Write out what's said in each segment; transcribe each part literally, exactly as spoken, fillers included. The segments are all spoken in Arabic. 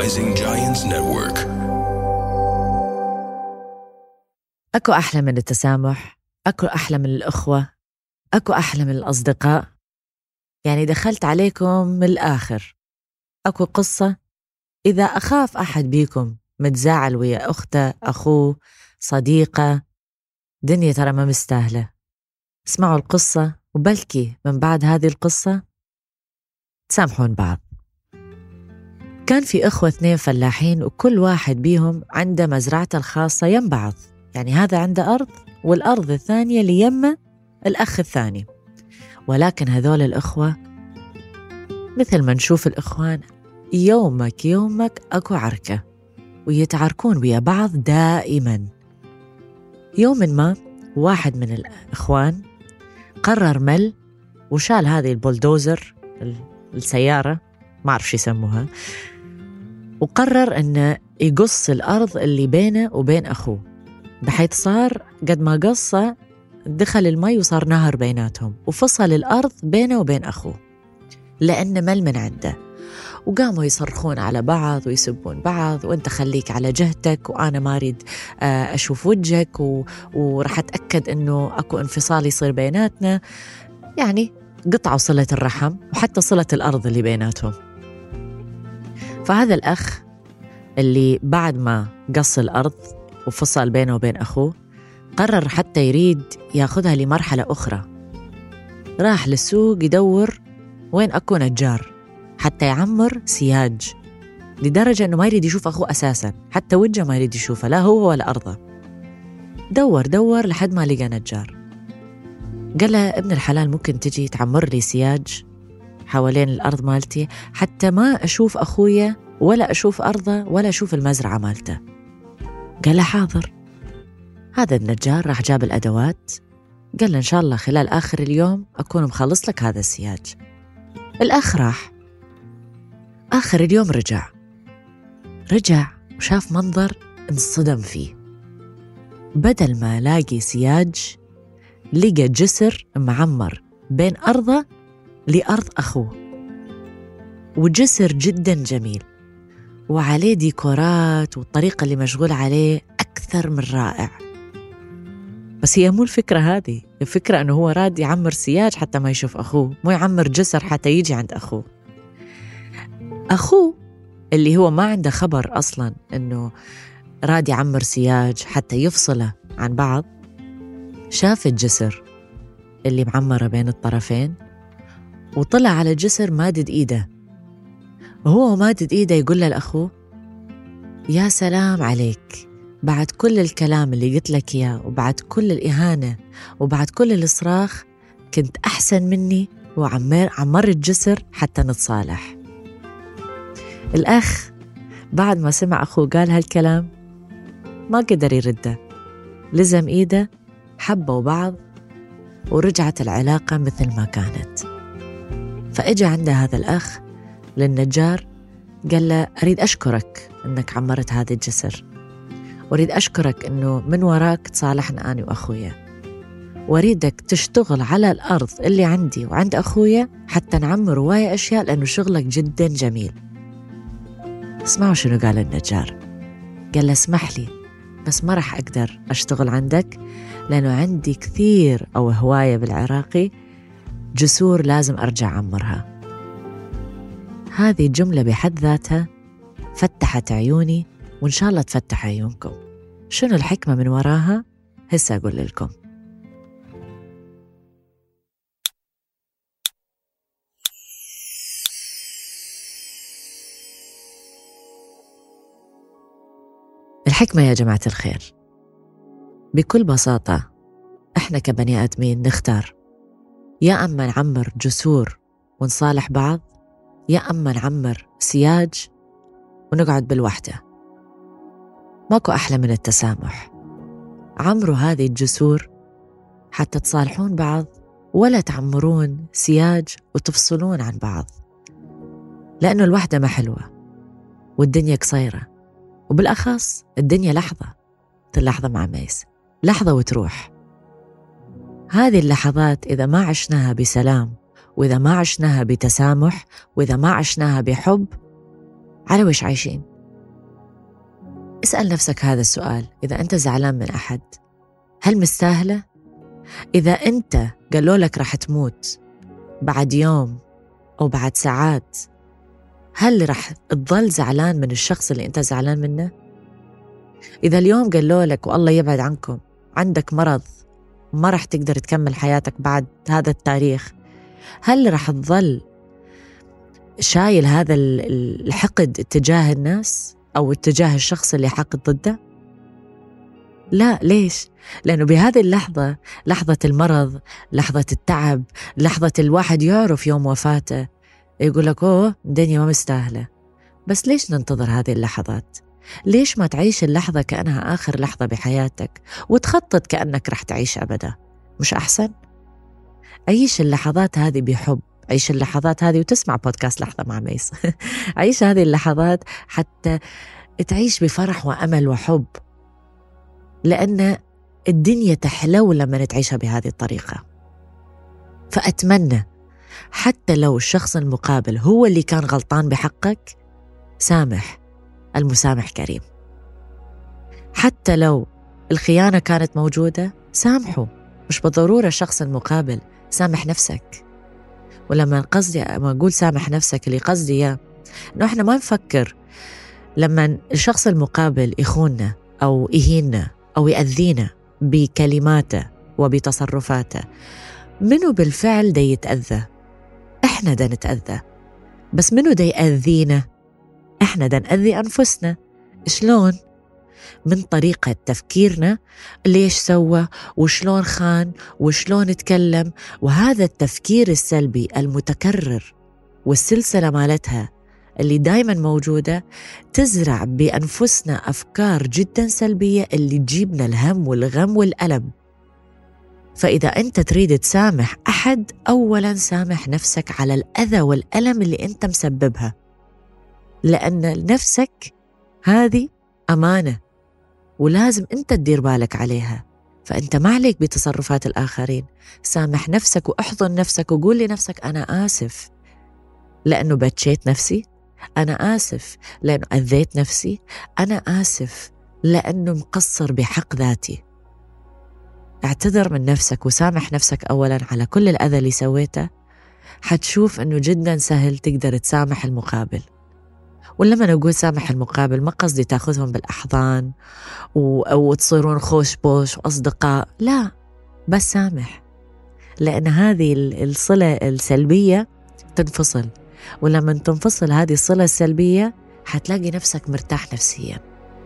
Rising Giants Network. أكو أحلى من التسامح، أكو أحلى من الأخوة، أكو أحلى من الأصدقاء. يعني دخلت عليكم من الآخر. أكو قصة إذا أخاف أحد بيكم متزاعل ويا أخته، أخوه، صديقة، دنيا ترى ما مستاهلة. اسمعوا القصة وبلكي من بعد هذه القصة تسامحون بعض. كان في أخوة اثنين فلاحين، وكل واحد بيهم عنده مزرعته الخاصة يم بعض. يعني هذا عنده أرض والأرض الثانية اللي يمه الأخ الثاني. ولكن هذول الأخوة مثل ما نشوف الإخوان يومك يومك أكو عركة، ويتعاركون ويا بعض دائما. يوم ما واحد من الإخوان قرر مل وشال هذه البولدوزر السيارة، ما أعرف شو يسموها، وقرر أنه يقص الأرض اللي بينه وبين أخوه، بحيث صار قد ما قصة دخل المي وصار نهر بيناتهم، وفصل الأرض بينه وبين أخوه لأنه مل من عنده. وقاموا يصرخون على بعض ويسبون بعض، وانت خليك على جهتك وأنا ما أريد أشوف وجهك، و... ورح أتأكد أنه أكو انفصال يصير بيناتنا. يعني قطعوا صلة الرحم وحتى صلة الأرض اللي بيناتهم. فهذا الأخ اللي بعد ما قص الأرض وفصل بينه وبين أخوه قرر حتى يريد ياخذها لمرحلة أخرى. راح للسوق يدور وين أكو نجار حتى يعمر سياج، لدرجة أنه ما يريد يشوف أخوه أساساً، حتى وجهه ما يريد يشوفه، لا هو ولا أرضه. دور دور لحد ما لقى نجار. قال له ابن الحلال ممكن تجي تعمر لي سياج حوالين الأرض مالتي حتى ما أشوف أخويا ولا أشوف أرضه ولا أشوف المزرعة مالته؟ قال له حاضر. هذا النجار راح جاب الأدوات، قال له إن شاء الله خلال آخر اليوم أكون مخلص لك هذا السياج. الأخ راح آخر اليوم، رجع رجع وشاف منظر انصدم فيه. بدل ما لاقي سياج لقى جسر معمر بين أرضه لأرض أخوه، وجسر جدا جميل وعليه ديكورات، والطريقة اللي مشغول عليه أكثر من رائع. بس هي مو الفكرة هذه، الفكرة أنه هو راد يعمر سياج حتى ما يشوف أخوه، مو يعمر جسر حتى يجي عند أخوه. أخوه اللي هو ما عنده خبر أصلاً أنه راد يعمر سياج حتى يفصله عن بعض، شاف الجسر اللي معمرة بين الطرفين وطلع على الجسر مادد إيده، وهو مادد إيده يقول له لأخوه يا سلام عليك، بعد كل الكلام اللي قلت لك إياه وبعد كل الإهانة وبعد كل الإصراخ كنت أحسن مني وعمر عمر الجسر حتى نتصالح. الأخ بعد ما سمع أخوه قال هالكلام ما قدر يرده، لزم إيده، حبوا بعض ورجعت العلاقة مثل ما كانت. فإجا عنده هذا الأخ للنجار قال له أريد أشكرك أنك عمرت هذا الجسر، وأريد أشكرك أنه من وراك تصالحنا أنا وأخويا، وأريدك تشتغل على الأرض اللي عندي وعند أخويا حتى نعمر رواية أشياء لأنه شغلك جدا جميل. اسمعوا شنو قال النجار. قال له اسمح لي بس ما رح أقدر أشتغل عندك لأنه عندي كثير أو هواية بالعراقي جسور لازم أرجع أعمرها. هذه الجملة بحد ذاتها فتحت عيوني، وإن شاء الله تفتح عيونكم. شنو الحكمة من وراها؟ هسه أقول لكم. الحكمة يا جماعة الخير بكل بساطة إحنا كبني آدمين نختار، يا أما نعمر جسور ونصالح بعض، يا أما نعمر سياج ونقعد بالوحدة. ماكو أحلى من التسامح. عمروا هذه الجسور حتى تصالحون بعض، ولا تعمرون سياج وتفصلون عن بعض، لأنه الوحدة ما حلوة والدنيا قصيرة، وبالأخص الدنيا لحظة، اللحظة مع ميس لحظة وتروح. هذه اللحظات إذا ما عشناها بسلام، وإذا ما عشناها بتسامح، وإذا ما عشناها بحب، على وش عايشين؟ اسأل نفسك هذا السؤال: إذا أنت زعلان من أحد، هل مستاهلة؟ إذا أنت قالوا لك رح تموت بعد يوم أو بعد ساعات، هل رح تظل زعلان من الشخص اللي أنت زعلان منه؟ إذا اليوم قالوا لك والله يبعد عنكم عندك مرض ما رح تقدر تكمل حياتك بعد هذا التاريخ، هل رح تظل شايل هذا الحقد اتجاه الناس أو اتجاه الشخص اللي حقد ضده؟ لا. ليش؟ لأنه بهذه اللحظة، لحظة المرض، لحظة التعب، لحظة الواحد يعرف يوم وفاته، يقول لك أوه الدنيا ما مستاهلة. بس ليش ننتظر هذه اللحظات؟ ليش ما تعيش اللحظة كأنها آخر لحظة بحياتك وتخطط كأنك رح تعيش أبدا؟ مش أحسن؟ عيش اللحظات هذه بحب، عيش اللحظات هذه وتسمع بودكاست لحظة مع ميس عيش هذه اللحظات حتى تعيش بفرح وأمل وحب، لأن الدنيا تحلو لما تعيشها بهذه الطريقة. فأتمنى حتى لو الشخص المقابل هو اللي كان غلطان بحقك، سامح، المسامح كريم. حتى لو الخيانة كانت موجودة، سامحه، مش بالضرورة الشخص المقابل، سامح نفسك. ولما قصدي ما أقول سامح نفسك، اللي قصدي إياه إنه إحنا ما نفكر لما الشخص المقابل يخوننا أو يهيننا أو يأذينا بكلماته وبتصرفاته، منو بالفعل دا يتأذى؟ إحنا دا نتأذى. بس منو دا يأذينا؟ إحنا دا نأذي أنفسنا. شلون؟ من طريقة تفكيرنا، ليش سوى وشلون خان وشلون اتكلم. وهذا التفكير السلبي المتكرر والسلسلة مالتها اللي دايما موجودة تزرع بأنفسنا أفكار جدا سلبية اللي تجيبنا الهم والغم والألم. فإذا أنت تريد تسامح أحد، أولا سامح نفسك على الأذى والألم اللي أنت مسببها، لأن نفسك هذه أمانة ولازم أنت تدير بالك عليها. فأنت ما عليك بتصرفات الآخرين. سامح نفسك وأحضن نفسك وقول لنفسك أنا آسف لأنه بتشيت نفسي، أنا آسف لأنه أذيت نفسي، أنا آسف لأنه مقصر بحق ذاتي. اعتذر من نفسك وسامح نفسك أولا على كل الأذى اللي سويته. حتشوف أنه جدا سهل تقدر تسامح المقابل. ولما نقول سامح المقابل ما قصدي تاخذهم بالأحضان وتصيرون خوش بوش وأصدقاء، لا، بس سامح، لأن هذه الصلة السلبية تنفصل. ولما تنفصل هذه الصلة السلبية حتلاقي نفسك مرتاح نفسيا.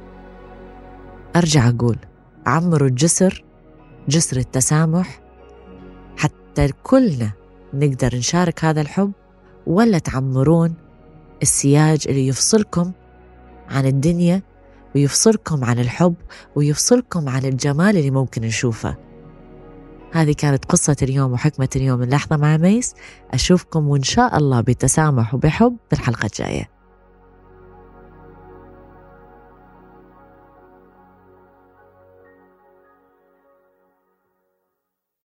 أرجع أقول عمروا الجسر، جسر التسامح، حتى كلنا نقدر نشارك هذا الحب، ولا تعمرون السياج اللي يفصلكم عن الدنيا ويفصلكم عن الحب ويفصلكم عن الجمال اللي ممكن نشوفه. هذه كانت قصة اليوم وحكمة اليوم من لحظة مع ميس. أشوفكم وإن شاء الله بتسامح وبحب بالحلقة الجاية.